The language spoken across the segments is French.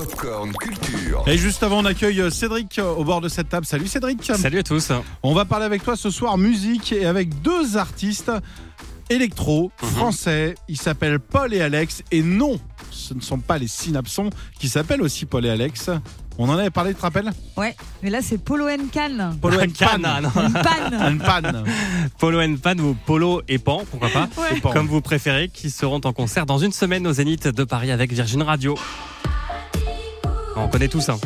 Popcorn Culture. Et juste avant, on accueille Cédric au bord de cette table. Salut Cédric. Salut à tous. On va parler avec toi ce soir musique et avec deux artistes électro français. Ils s'appellent Paul et Alex. Et non, ce ne sont pas les Synapsons qui s'appellent aussi Paul et Alex. On en avait parlé, tu te rappelles? Ouais, mais là c'est Polo and Can. Polo and Pan. Pan. Pan. Polo and Pan ou Polo et Pan, pourquoi pas, Ouais. comme vous préférez, qui seront en concert dans une semaine au Zénith de Paris avec Virgin Radio. On connaît tous, hein.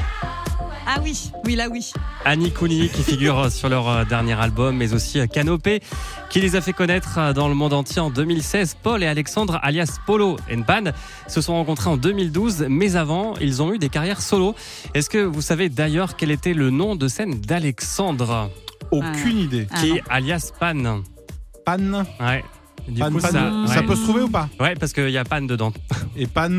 Ah oui, là oui. Annie Cooney qui figure sur leur dernier album, mais aussi Canopé qui les a fait connaître dans le monde entier en 2016. Paul et Alexandre, alias Polo and Pan, se sont rencontrés en 2012, mais avant, ils ont eu des carrières solo. Est-ce que vous savez d'ailleurs quel était le nom de scène d'Alexandre, Aucune idée. qui est alias Pan? Pan. Ouais. Du Pan, coup, Pan. ça Ça peut se trouver ou pas? Ouais, parce qu'il y a Pan dedans. Et Pan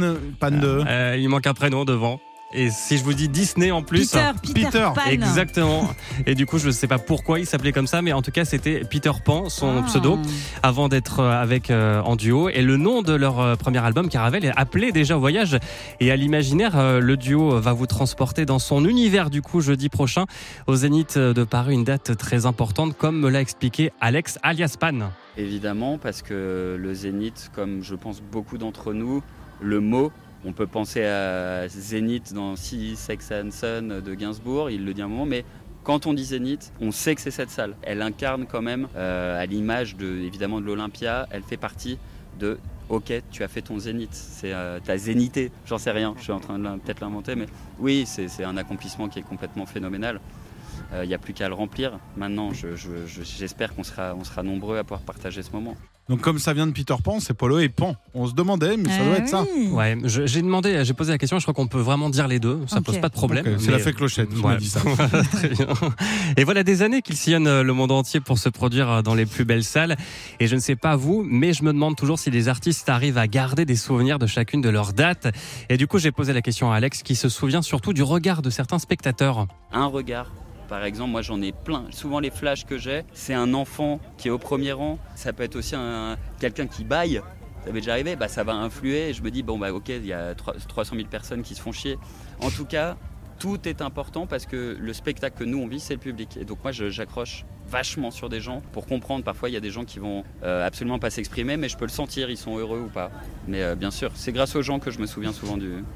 de... Il manque un prénom devant. Et si je vous dis Disney en plus... Peter Pan. Exactement. Et du coup, je ne sais pas pourquoi il s'appelait comme ça, mais en tout cas, c'était Peter Pan, son pseudo, avant d'être avec en duo. Et le nom de leur premier album, Caravelle, est appelé déjà au voyage et à l'imaginaire. Le duo va vous transporter dans son univers, du coup, jeudi prochain, au Zénith de Paris. Une date très importante, comme me l'a expliqué Alex, alias Pan. Évidemment, parce que le Zénith, comme je pense beaucoup d'entre nous, le mot... On peut penser à Zénith dans Sex and Son de Gainsbourg, il le dit un moment, mais quand on dit Zénith, on sait que c'est cette salle. Elle incarne quand même, à l'image évidemment de l'Olympia, elle fait partie de « Ok, tu as fait ton Zénith, c'est ta zénité », j'en sais rien, je suis en train de peut-être l'inventer, mais oui, c'est un accomplissement qui est complètement phénoménal. Il n'y a plus qu'à le remplir. Maintenant, j'espère qu'on sera nombreux à pouvoir partager ce moment. Donc comme ça vient de Peter Pan, c'est Polo et Pan. On se demandait, mais ça doit être ça. Ouais, j'ai posé la question, je crois qu'on peut vraiment dire les deux, ça pose pas de problème. Okay, c'est la fée Clochette qui m'a dit ça. Très bien. Et voilà des années qu'ils sillonnent le monde entier pour se produire dans les plus belles salles. Et je ne sais pas vous, mais je me demande toujours si les artistes arrivent à garder des souvenirs de chacune de leurs dates. Et du coup, j'ai posé la question à Alex, qui se souvient surtout du regard de certains spectateurs. Un regard. Par exemple, moi j'en ai plein. Souvent les flashs que j'ai, c'est un enfant qui est au premier rang. Ça peut être aussi quelqu'un qui bâille. Ça m'est déjà arrivé, ça va influer. Et je me dis, ok, il y a 300 000 personnes qui se font chier. En tout cas, tout est important parce que le spectacle que nous on vit, c'est le public. Et donc moi j'accroche vachement sur des gens pour comprendre. Parfois il y a des gens qui vont absolument pas s'exprimer, mais je peux le sentir, ils sont heureux ou pas. Mais bien sûr, c'est grâce aux gens que je me souviens souvent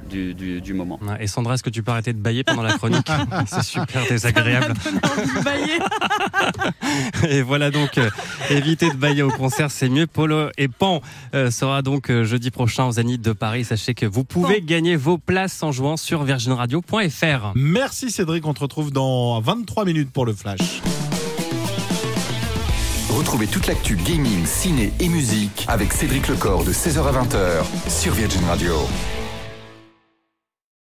du moment. Et Sandra, est-ce que tu peux arrêter de bâiller pendant la chronique? C'est super désagréable. Et voilà donc, évitez de bâiller au concert, c'est mieux. Polo et Pan sera donc jeudi prochain au Zénith de Paris. Sachez que vous pouvez gagner vos places en jouant sur virginradio.fr. Merci Cédric, on te retrouve dans 23 minutes pour le Flash. Retrouvez toute l'actu gaming, ciné et musique avec Cédric Lecor de 16h à 20h sur Virgin Radio.